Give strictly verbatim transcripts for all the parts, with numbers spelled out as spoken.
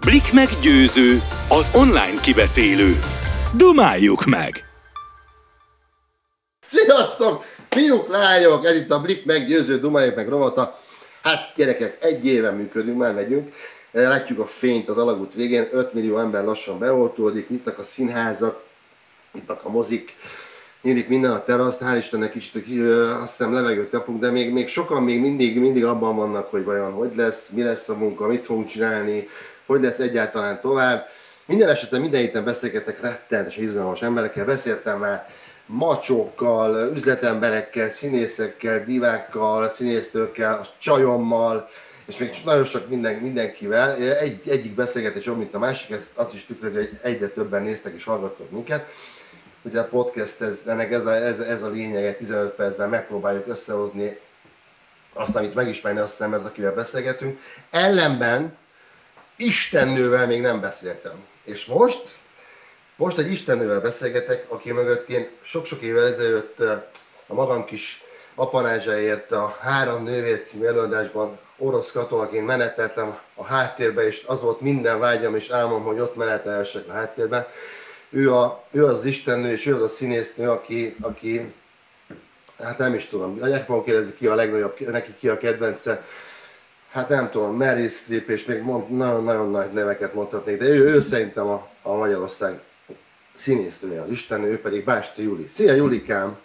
Blik meggyőző, az online kibeszélő. Dumáljuk meg! Sziasztok! Fiúk, lányok! Ez itt a Blik meggyőző, dumáljuk meg rovata. Hát gyerekek, egy éve működünk, már megyünk. Látjuk a fényt az alagút végén, öt millió ember lassan beoltódik, nyitnak a színházak, nyitnak a mozik, nyílik minden a teraszt, hál' Istennek kicsit azt hiszem levegőt kapunk, de még, még sokan még mindig, mindig abban vannak, hogy vajon hogy lesz, mi lesz a munka, mit fogunk csinálni, hogy lesz egyáltalán tovább. Minden esetben minden héten beszélgetek rettenetes, izgalmas emberekkel, beszéltem már macsókkal, üzletemberekkel, színészekkel, divákkal, színésztőkkel, csajommal, és még nagyon sok minden, mindenkivel. Egy, egyik beszélgetés jobb, mint a másik, ezt azt is tükrözi, hogy egyre többen néztek és hallgattok minket. Ugye a podcast, ez, ennek ez a, ez, ez a lényege, tizenöt percben megpróbáljuk összehozni azt, amit megismerni azt az embert, akivel beszélgetünk. Ellenben istennővel még nem beszéltem. És most, most egy istennővel beszélgetek, aki mögött én sok-sok évvel ezelőtt a magam kis apanázsáért a Három nővér című előadásban orosz katonaként meneteltem a háttérbe, és az volt minden vágyam és álmom, hogy ott menetelhessek a háttérben. Ő, a, ő az istennő, és ő az a színésznő, aki, aki hát nem is tudom, meg fogom kérdezni, ki a legnagyobb, neki ki a kedvence. Hát nem tudom, Meryl Streep, és még nagyon-nagyon nagy neveket mondhatnék, de ő, ő szerintem a, a Magyarország színésznője, az istennő, ő pedig Bástya Juli. Szia, Julikám!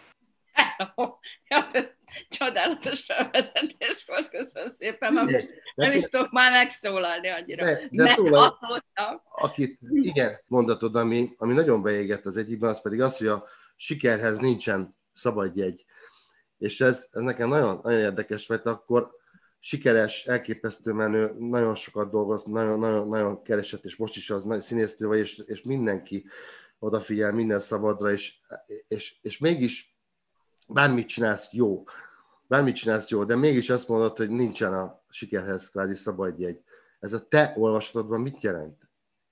Csodálatos felvezetés volt, köszönöm szépen, mert most nem is tudok már megszólalni annyira. De, de szólal, akit, igen, mondatod, ami, ami nagyon beégett az egyikben, az pedig az, hogy a sikerhez nincsen szabad jegy. És ez, ez nekem nagyon, nagyon érdekes, mert akkor sikeres, elképesztő menő, nagyon sokat dolgoz, nagyon, nagyon, nagyon keresett, és most is az színésztő vagy, és, és mindenki odafigyel minden szabadra, és, és, és mégis bármit csinálsz jó, bármit csinálsz jó, de mégis azt mondod, hogy nincsen a sikerhez kvázi szabad jegy. Ez a te olvasatodban mit jelent?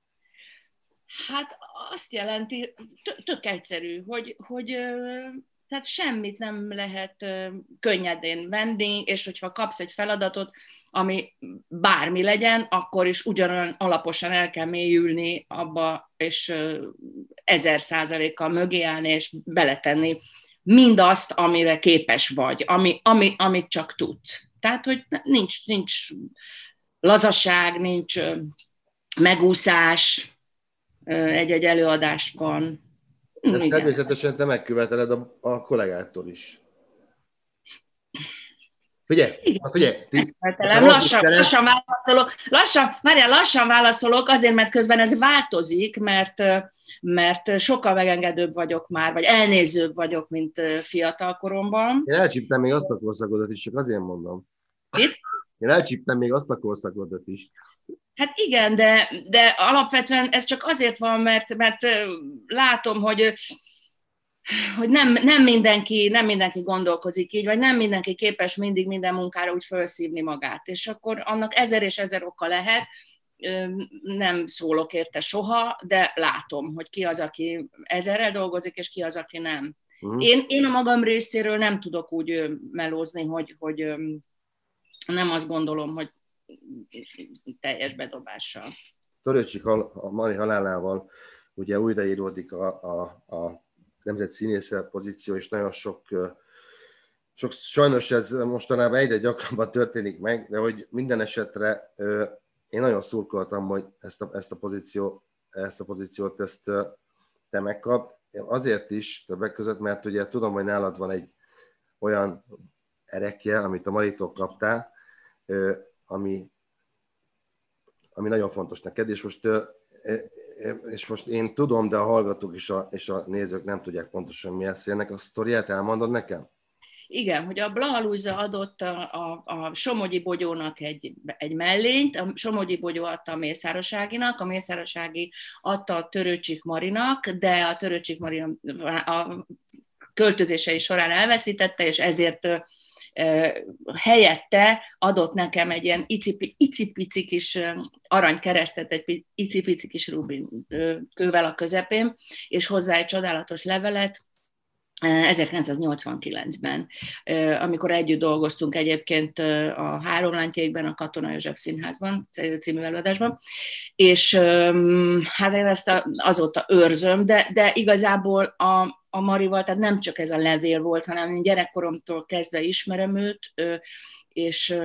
Hát azt jelenti, tök egyszerű, hogy, hogy tehát semmit nem lehet könnyedén venni, és hogyha kapsz egy feladatot, ami bármi legyen, akkor is ugyanolyan alaposan el kell mélyülni abba, és ezer százalékkal mögé állni, és beletenni mindazt, amire képes vagy, ami, ami, amit csak tudsz. Tehát, hogy nincs, nincs lazaság, nincs megúszás egy-egy előadásban. De természetesen te megköveteled a, a kollégától is. Figyelj, figyelj! Lassan, lassan válaszolok, lassan, Mária, lassan válaszolok, azért, mert közben ez változik, mert, mert sokkal megengedőbb vagyok már, vagy elnézőbb vagyok, mint fiatal koromban. Én elcsíptem még azt a korszakodat is, csak azért mondom. Itt? Én elcsíptem még azt a korszakodat is. Hát igen, de, de alapvetően ez csak azért van, mert, mert látom, hogy, hogy nem, nem, mindenki, nem mindenki gondolkozik így, vagy nem mindenki képes mindig minden munkára úgy felszívni magát. És akkor annak ezer és ezer oka lehet, nem szólok érte soha, de látom, hogy ki az, aki ezerrel dolgozik, és ki az, aki nem. Uh-huh. Én, én a magam részéről nem tudok úgy melózni, hogy, hogy nem azt gondolom, hogy teljes bedobással. Törőcsik a Mari halálával ugye újraíródik a, a, a nemzet színésze pozíció, és nagyon sok, sok, sajnos ez mostanában egyre gyakrabban történik meg, de hogy minden esetre én nagyon szurkoltam, hogy ezt a, ezt a, pozíció, ezt a pozíciót ezt te megkap. Azért is többek között, mert ugye tudom, hogy nálad van egy olyan erekje, amit a Maritól kaptál, ami, ami nagyon fontos neked, és most, és most én tudom, de a hallgatók és a, és a nézők nem tudják pontosan mi ez. Ennek a sztoriát elmondod nekem? Igen, hogy a Blaha Lujza adott a, a, a Somogyi Bogyónak egy, egy mellényt, a Somogyi Bogyó adta a Mészáros Áginak, a Mészáros Ági adta a Törőcsik Marinak, de a Törőcsik Mari a költözései során elveszítette, és ezért helyette adott nekem egy ilyen icipi, icipici kis aranykeresztet, egy icipici kis Rubin kővel a közepén, és hozzá egy csodálatos levelet, ezerkilencszáznyolcvankilencben, amikor együtt dolgoztunk egyébként a Három Lántyékben, a Katona József Színházban című előadásban, és hát én ezt azóta őrzöm, de, de igazából a, a Marival, tehát nem csak ez a levél volt, hanem én gyerekkoromtól kezdve ismerem őt, és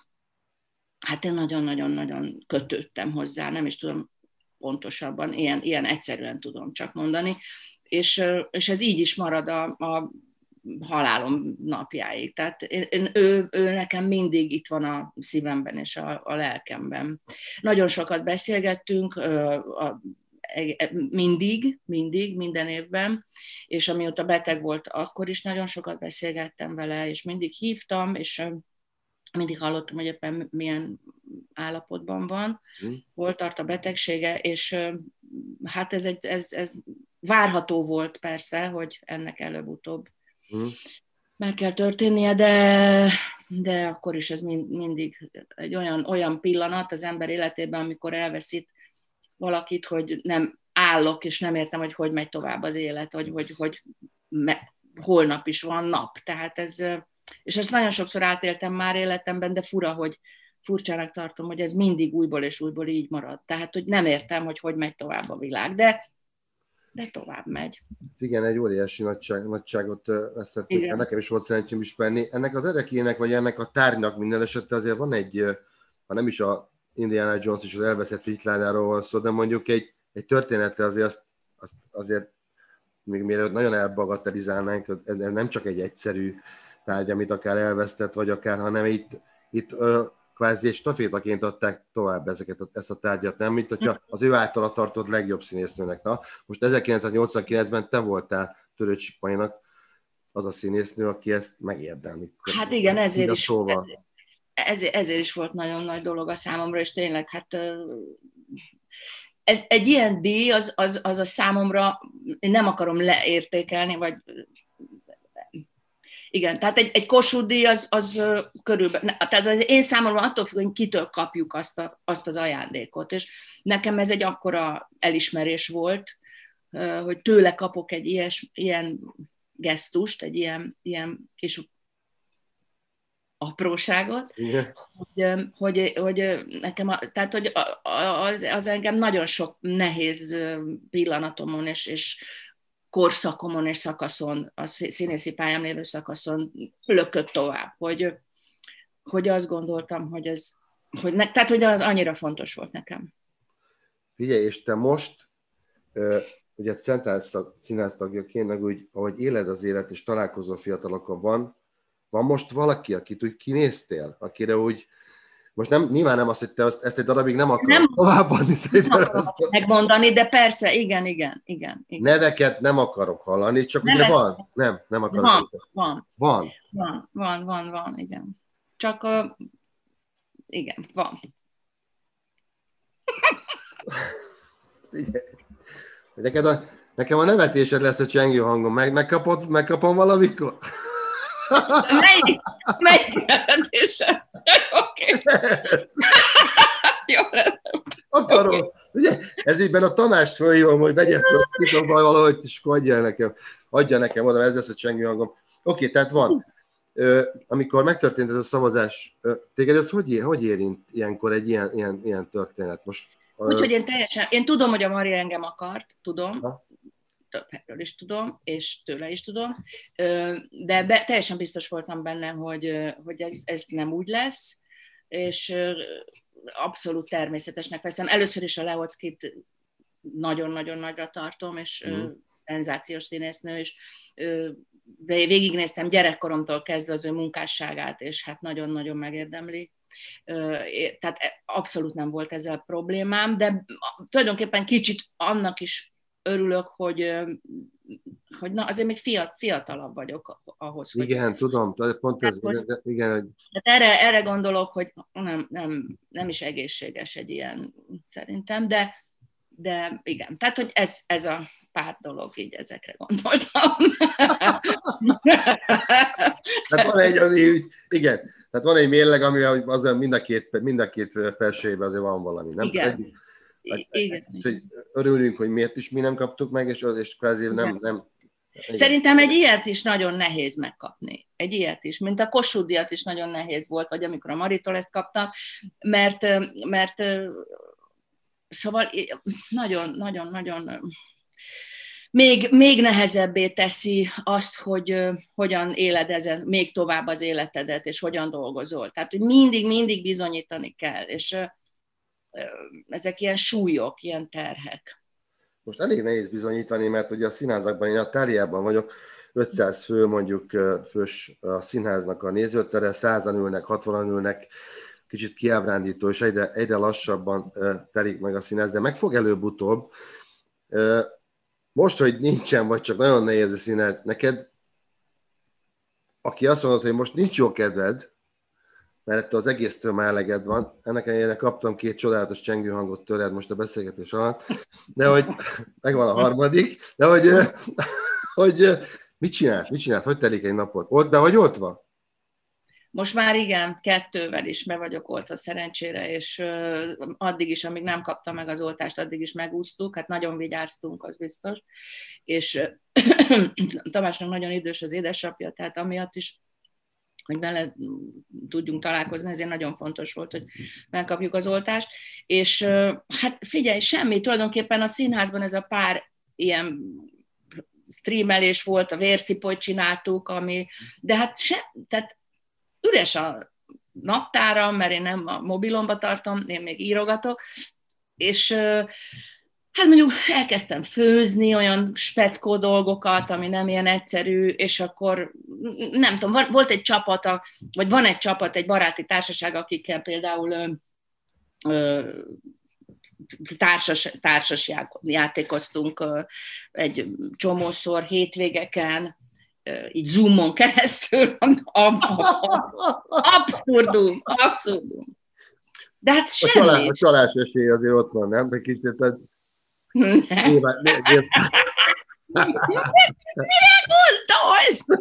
hát én nagyon-nagyon-nagyon kötődtem hozzá, nem is tudom pontosabban, ilyen, ilyen egyszerűen tudom csak mondani, és, és ez így is marad a, a halálom napjáig. Tehát én, ő, ő nekem mindig itt van a szívemben és a, a lelkemben. Nagyon sokat beszélgettünk, a, mindig, mindig, minden évben, és amióta beteg volt, akkor is nagyon sokat beszélgettem vele, és mindig hívtam, és mindig hallottam, hogy éppen milyen állapotban van, hmm. hol tart a betegsége, és hát ez, egy, ez, ez várható volt persze, hogy ennek előbb-utóbb hmm. meg kell történnie, de, de akkor is ez mind, mindig egy olyan, olyan pillanat az ember életében, amikor elveszít valakit, hogy nem állok, és nem értem, hogy hogy megy tovább az élet, vagy hogy, hogy me, holnap is van nap. Tehát ez, és ezt nagyon sokszor átéltem már életemben, de fura, hogy furcsának tartom, hogy ez mindig újból és újból így marad. Tehát, hogy nem értem, hogy hogy megy tovább a világ, de, de tovább megy. Igen, egy óriási nagyság, nagyságot vesztettünk. Nekem is volt szerencsém ismerni. Ennek az erekének, vagy ennek a tárgynak minden esetben azért van egy, ha nem is a Indiana Jones és az elveszett fityládáról van szó, de mondjuk egy, egy történetre azért, azt, azt, azért még mielőtt nagyon elbagatelizálnánk, ez nem csak egy egyszerű tárgy, amit akár elvesztett, vagy akár, hanem itt, itt ö, kvázi egy stafétaként adták tovább ezeket, ezt a tárgyat, nem? Mint hogyha az ő általa tartott legjobb színésznőnek. Na, most ezerkilencszáznyolcvankilencben te voltál Törőcsik Csippainak az a színésznő, aki ezt megérdemli. Hát igen, ezért is, ezért, ezért is volt nagyon nagy dolog a számomra, és tényleg, hát ez, egy ilyen díj, az, az, az a számomra, én nem akarom leértékelni, vagy igen, tehát egy, egy Kossuth-díj az, az körülbelül, tehát az én számomra attól függ, hogy kitől kapjuk azt, a, azt az ajándékot, és nekem ez egy akkora elismerés volt, hogy tőle kapok egy ilyes, ilyen gesztust, egy ilyen, ilyen kis apróságot, hogy, hogy, hogy nekem, a, tehát hogy az, az engem nagyon sok nehéz pillanatomon és, és korszakomon és szakaszon, a színészi pályám lévő szakaszon lökött tovább, hogy, hogy azt gondoltam, hogy ez, hogy ne, tehát hogy az annyira fontos volt nekem. Figyelj, és te most, ugye színház tagjaként, meg úgy, ahogy éled az élet, és találkozol fiatalokkal, van, van most valaki, akit úgy kinéztél, akire úgy, most nem, nyilván nem azt, hogy te ezt egy darabig nem akarod nem, továbbadni. Nem akarom azt megmondani, de persze, igen, igen, igen, igen. Neveket nem akarok hallani, csak Nevet. Ugye van. Nem, nem akarok. Van, van. Van. Van, van, van, van, igen. Csak, uh, igen, van. Igen. Neked a, nekem a nevetésed lesz a csengő hangom. Meg, megkapod, megkapom valamikor? Melyik? Melyik nevetésem? Oké. Jó, akarom. Okay. Ugye, ez ígyben a Tamást fölhívom, hogy vegye föl, titokban valahogy, és adja nekem, adja nekem oda, ez lesz a csengő hangom. Oké, okay, tehát van. Ö, amikor megtörtént ez a szavazás, ö, téged ez hogy, hogy érint ilyenkor egy ilyen, ilyen, ilyen történet? Most, Úgyhogy én teljesen, én tudom, hogy a Mari engem akart, tudom, ha? Több helyről is tudom, és tőle is tudom, de be, teljesen biztos voltam benne, hogy, hogy ez, ez nem úgy lesz, és abszolút természetesnek veszem. Először is a Lehockit nagyon-nagyon nagyra tartom, és mm. szenzációs színésznő, és végignéztem gyerekkoromtól kezdve az ő munkásságát, és hát nagyon-nagyon megérdemli. Tehát abszolút nem volt ezzel problémám, de tulajdonképpen kicsit annak is örülök, hogy, hogy na, azért még fiat, fiatalabb vagyok ahhoz. Igen, hogy, tudom, pont ez. Hogy, igen. Erre, erre gondolok, hogy nem, nem, nem is egészséges egy ilyen szerintem, de, de igen. Tehát, hogy ez, ez a pár dolog, így ezekre gondoltam. Tehát van egy, ami, igen, tehát van egy mérleg, ami az mind a két, mind a két persejében azért van valami, nem? Igen. Egy, igen. Hogy örülünk, hogy miért is mi nem kaptuk meg, és, és kvázi nem, nem, Szerintem egy ilyet is nagyon nehéz megkapni. Egy ilyet is, mint a Kossuth-díjat is nagyon nehéz volt, vagy amikor a Maritól ezt kaptam, mert, mert szóval nagyon-nagyon-nagyon még, még nehezebbé teszi azt, hogy hogyan éled ezen még tovább az életedet, és hogyan dolgozol. Tehát, hogy mindig-mindig bizonyítani kell, és ezek ilyen súlyok, ilyen terhek. Most elég nehéz bizonyítani, mert ugye a színházakban, én a Táliában vagyok, ötszáz fő mondjuk fős a színháznak a nézőtere, százan ülnek, hatvanan ülnek, kicsit kiábrándító, és egyre, egyre lassabban telik meg a színház, de meg fog előbb-utóbb. Most, hogy nincsen, vagy csak nagyon nehéz a színház, neked, aki azt mondod, hogy most nincs jó kedved, mert ettől az egésztől már eleged van. Ennek ellenére kaptam két csodálatos csengő hangot tőled most a beszélgetés alatt, de hogy megvan a harmadik, de hogy, hogy mit csinálsz, mit csinálsz, hogy telik egy napot? Ott be vagy oltva? Most már igen, kettővel is be vagyok oltva szerencsére, és addig is, amíg nem kaptam meg az oltást, addig is megúsztuk, hát nagyon vigyáztunk, az biztos, és Tamásnak nagyon idős az édesapja, tehát amiatt is, hogy vele tudjunk találkozni, ezért nagyon fontos volt, hogy megkapjuk az oltást, és hát figyelj, semmi, tulajdonképpen a színházban ez a pár ilyen streamelés volt, a vérszipolyt csináltuk, ami, de hát se, tehát üres a naptáram, mert én nem a mobilomba tartom, én még írogatok, és hát mondjuk elkezdtem főzni olyan speckó dolgokat, ami nem ilyen egyszerű, és akkor nem tudom, volt egy csapat, vagy van egy csapat, egy baráti társaság, akikkel például társas, társas játékoztunk egy csomószor hétvégeken, így Zoomon keresztül, abszurdum, abszurdum. De hát semmi. A, csalás, a csalás esély azért ott van, nem? De kicsit ez... Mire gondolsz?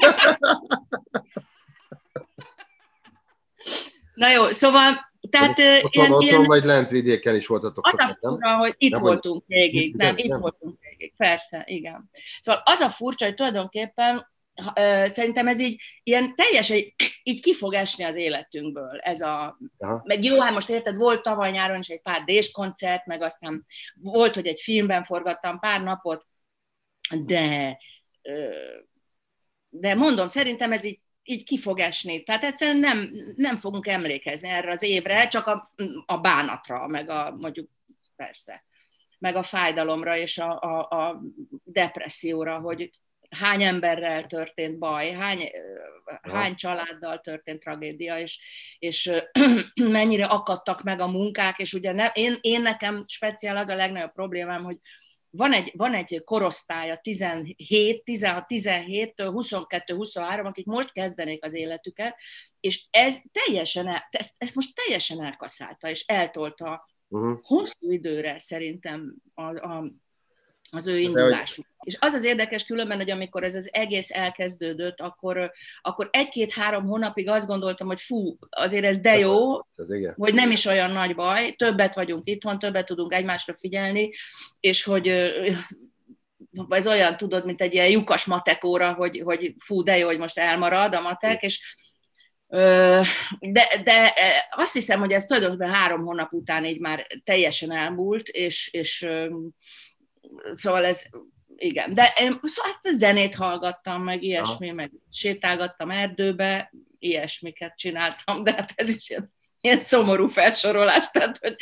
Na jó, szóval... Tehát, otthon, ilyen, otthon ilyen, vagy lentvidéken is voltatok sokat, az a fura, hogy itt nem, voltunk végig, nem, itt nem. voltunk végig, persze, igen. Szóval az a furcsa, hogy tulajdonképpen szerintem ez így ilyen teljesen így ki fog esni az életünkből. Ez a, meg jó, hát most érted, volt tavaly nyáron is egy pár déskoncert, meg aztán volt, hogy egy filmben forgattam pár napot, de, de mondom, szerintem ez így, így ki fog esni. Tehát egyszerűen nem, nem fogunk emlékezni erre az évre, csak a, a bánatra, meg a mondjuk persze, meg a fájdalomra és a, a, a depresszióra, hogy hány emberrel történt baj, hány, hány családdal történt tragédia, és, és mennyire akadtak meg a munkák, és ugye ne, én, én nekem speciál az a legnagyobb problémám, hogy van egy, van egy korosztály, a tizenhét, tizenhat, tizenhéttől huszonkettő, huszonhárom, akik most kezdenék az életüket, és ez teljesen el, ezt, ezt most teljesen elkaszálta, és eltolta uh-huh. hosszú időre szerintem a, a az ő indulásuk. És az az érdekes különben, hogy amikor ez az egész elkezdődött, akkor, akkor egy-két-három hónapig azt gondoltam, hogy fú, azért ez de jó, hogy nem is olyan nagy baj, többet vagyunk itthon, többet tudunk egymásra figyelni, és hogy ez olyan, tudod, mint egy ilyen lyukas matekóra, hogy, hogy fú, de jó, hogy most elmarad a matek, és De, de azt hiszem, hogy ez tulajdonképpen három hónap után így már teljesen elmúlt, és, és szóval ez, igen, de én szóval zenét hallgattam, meg ilyesmi, ja. meg sétálgattam erdőbe, ilyesmiket csináltam, de hát ez is ilyen, ilyen szomorú felsorolás, tehát hogy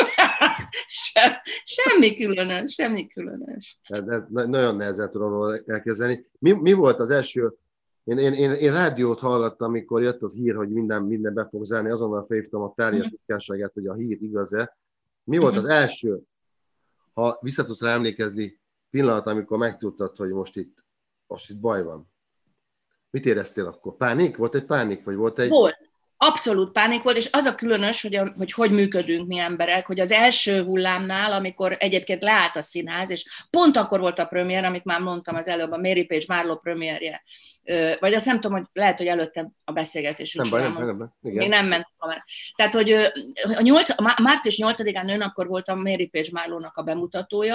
sem, semmi különös, semmi különös. De, de nagyon nehezen tudom elkezdeni. Mi, mi volt az első, én, én, én, én rádiót hallgattam, amikor jött az hír, hogy minden, minden be fog zárni, azonnal felhívtam a Tália titkárságát, hogy a hír igaz-e. Mi volt az első, ha vissza tudsz rá emlékezni, pillanat, amikor megtudtad, hogy most itt, most itt baj van. Mit éreztél akkor? Pánik? Volt egy pánik? Vagy volt egy... Volt. Abszolút pánik volt, és az a különös, hogy, a, hogy hogy működünk mi emberek, hogy az első hullámnál, amikor egyébként leállt a színház, és pont akkor volt a premier, amit már mondtam az előbb, a Mary Page Marlowe premierje, vagy azt nem tudom, hogy lehet, hogy előtte a beszélgetésünk nem során. Nem, nem, még nem ment kamera. Tehát, hogy a nyolc, a március nyolcadikán nőnapkor volt a Mary Page Marlowe-nak a bemutatója,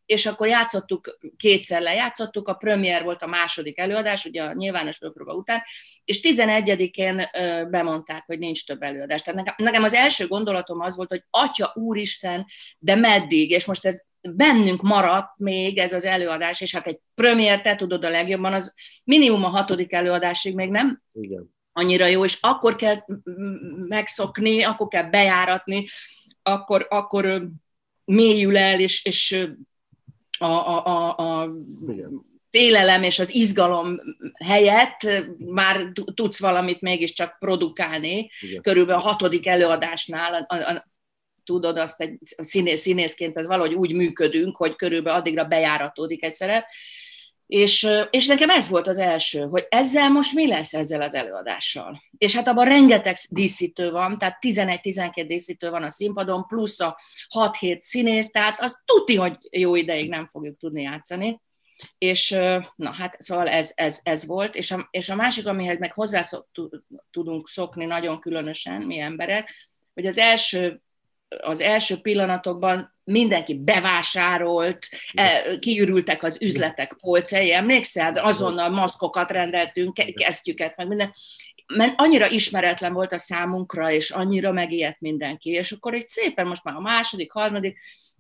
és akkor játszottuk, kétszer lejátszottuk, a premier volt a második előadás, ugye a nyilvános fölpróba után, és tizenegyedikén bemondták, hogy nincs több előadás. Tehát nekem, nekem az első gondolatom az volt, hogy Atya Úristen, de meddig? És most ez bennünk maradt még ez az előadás, és hát egy premier, te tudod a legjobban, az minimum a hatodik előadásig még nem Igen. annyira jó, és akkor kell megszokni, akkor kell bejáratni, akkor, akkor mélyül el, és, és a, a, a, a félelem és az izgalom helyett már tudsz valamit mégiscsak produkálni. Igen. Körülbelül a hatodik előadásnál, a, a, tudod, azt egy színész, színészként ez valahogy úgy működünk, hogy körülbelül addigra bejáratódik egy szerep. És, és nekem ez volt az első, hogy ezzel most mi lesz ezzel az előadással. És hát abban rengeteg díszítő van, tehát tizenegy-tizenkét díszítő van a színpadon, plusz a hat-hét színész, tehát az tuti, hogy jó ideig nem fogjuk tudni játszani. És na hát, szóval ez, ez, ez volt. És a, és a másik, amihez meg hozzá szok, tudunk szokni nagyon különösen, mi emberek, hogy az első az első pillanatokban mindenki bevásárolt, kiürültek az üzletek polcai, emlékszel? Azonnal maszkokat rendeltünk, kesztyüket, meg minden. Mert annyira ismeretlen volt a számunkra, és annyira megijedt mindenki. És akkor egy szépen most már a második, harmadik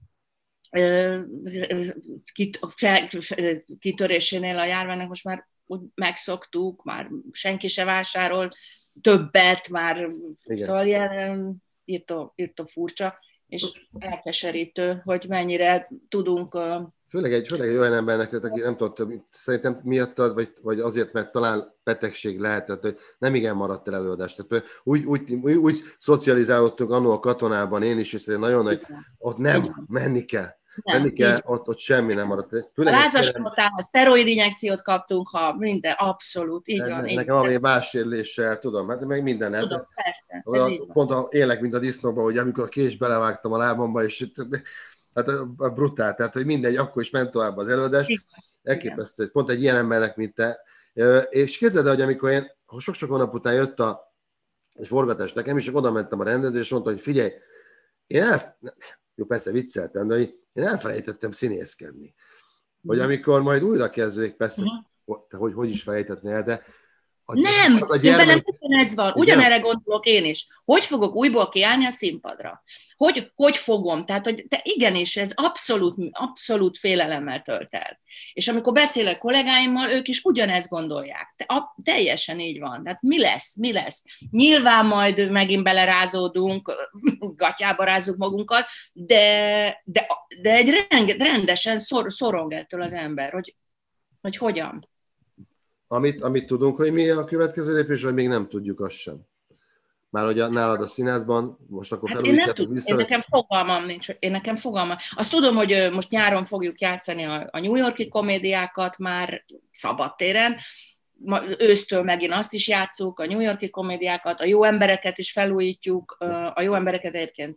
kitörésénél a járványnak most már úgy megszoktuk, már senki se vásárol többet, már igen. Szóval ilyen írtó, írtó furcsa, és elkeserítő, hogy mennyire tudunk... Főleg egy, főleg egy olyan embernek, aki nem tudta, szerintem miattad, vagy, vagy azért, mert talán betegség lehetett, hogy nem igen maradt el előadás. Tehát úgy, úgy, úgy, úgy szocializálódtunk annó a katonában, én is, és nagyon, hogy ott nem, menni kell. Nem, menni kell, ott, ott semmi nem maradt. Főleg a lázaskodtál, a szteroid injekciót kaptunk, ha minden, abszolút, így van. Nekem valami mássérléssel, tudom, hát meg minden. Tudom, persze, ez így van. Pont a, élek, mint a disznóban, hogy amikor a kés belevágtam a lábamba, és hát a brutál, tehát hogy mindegy, akkor is ment tovább az előadás. Elképesztő, hogy pont egy ilyen embernek, mint te. És képzeld el, hogy amikor én sok-sok hónap után jött a egy forgatás nekem, és oda mentem a rendezőre, és mondta, hogy figyelj, én el... jó, persze vicceltem, de én elfelejtettem színészkedni. Hogy amikor majd újra kezdődik, persze, uh-huh. te hogy, hogy is felejtetnél el, de a, nem, a gyermek... velem ugyanez van, ugyanerre gondolok én is. Hogy fogok újból kiállni a színpadra? Hogy, hogy fogom? Tehát, hogy te igenis, ez abszolút, abszolút félelemmel tölt el. És amikor beszélek kollégáimmal, ők is ugyanezt gondolják. Te, a, teljesen így van. Tehát mi lesz? Mi lesz? Nyilván majd megint belerázódunk, gatyába rázzuk magunkat, de, de, de egy rendesen szor, szorong ettől az ember, hogy, hogy hogyan. Amit, amit tudunk, hogy mi a következő lépés, vagy még nem tudjuk, azt sem. Már hogy nálad a színházban, most akkor hát felújítjátok vissza. Én nekem fogalmam nincs, én nekem fogalmam. Azt tudom, hogy most nyáron fogjuk játszani a, a New York-i komédiákat már szabadtéren, ősztől megint azt is játszuk, a New York-i komédiákat, a jó embereket is felújítjuk, a jó embereket egyébként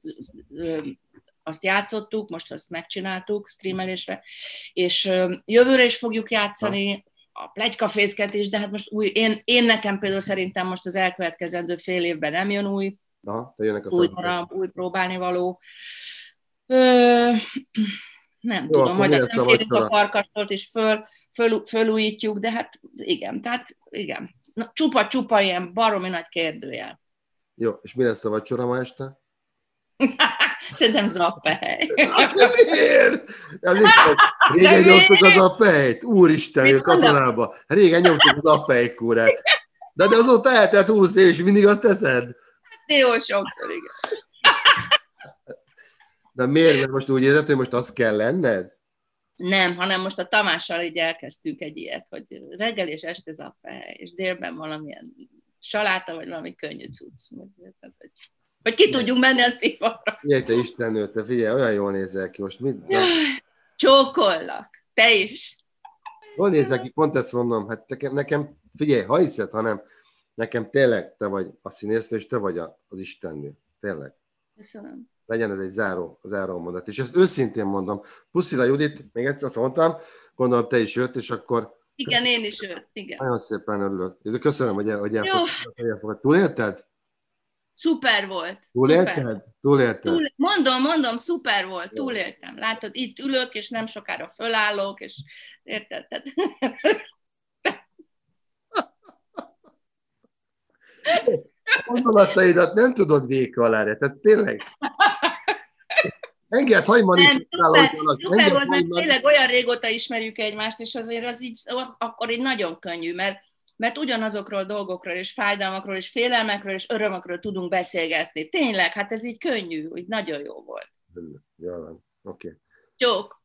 azt játszottuk, most azt megcsináltuk streamelésre, és jövőre is fogjuk játszani, a pletykafészket is, de hát most új, én, én nekem például szerintem most az elkövetkezendő fél évben nem jön új, Aha, jönnek a új darab, új próbálnivaló. Ö, nem Jó, tudom, majd nem félünk a farkastolt, és föl, föl, fölújítjuk, de hát igen, tehát igen. Na, csupa-csupa ilyen baromi nagy kérdőjel. Jó, és mi lesz a vacsora ma este? Szerintem zappehely. Miért? Régen nyomtuk az zappehelyt. Úristen, jön katonába. Régen nyomtuk az zappehely-kúrát. De, de azóta eltelt húsz év, és mindig azt teszed? Hát jó, sokszor, igen. De miért? Mert most úgy érzed, hogy most az kell lenned? Nem, hanem most a Tamással így elkezdtünk egy ilyet, hogy reggel és este zappehely, és délben valamilyen saláta, vagy valami könnyű cucc. Hogy ki tudjunk menni a színpadra. Figyelj, te Istennő, te figyelj, olyan jól nézel ki most. Mit? Jaj, csókollak, te is. Jól nézel ki, pont ezt mondom. Hát nekem, nekem, figyelj, ha hiszed, hanem nekem tényleg te vagy a színésznő, és te vagy az Istennő. Tényleg. Köszönöm. Legyen ez egy záró, záró mondat. És ezt őszintén mondom. Puszila Judit, még egyszer azt mondtam, gondolom te is jött, és akkor... Igen, köszönöm. Én is jött, igen. Nagyon szépen örülök. Köszönöm, hogy, hogy elfogadtad. Túlélted? Szuper volt. Túlélted? Túlélted? Túl, mondom, mondom, szuper volt, túléltem. Látod, itt ülök, és nem sokára fölállok, és érted? Gondolataidat nem tudod véka alá, tehát tényleg. Engedd, hagyj manifestálni. Szuper, szuper volt, mert tényleg olyan régóta ismerjük egymást, és azért az így, akkor így nagyon könnyű, mert, mert ugyanazokról a dolgokról, és fájdalmakról, és félelmekről, és örömökről tudunk beszélgetni. Tényleg, hát ez így könnyű, úgy nagyon jó volt. Jó van, oké. Csók!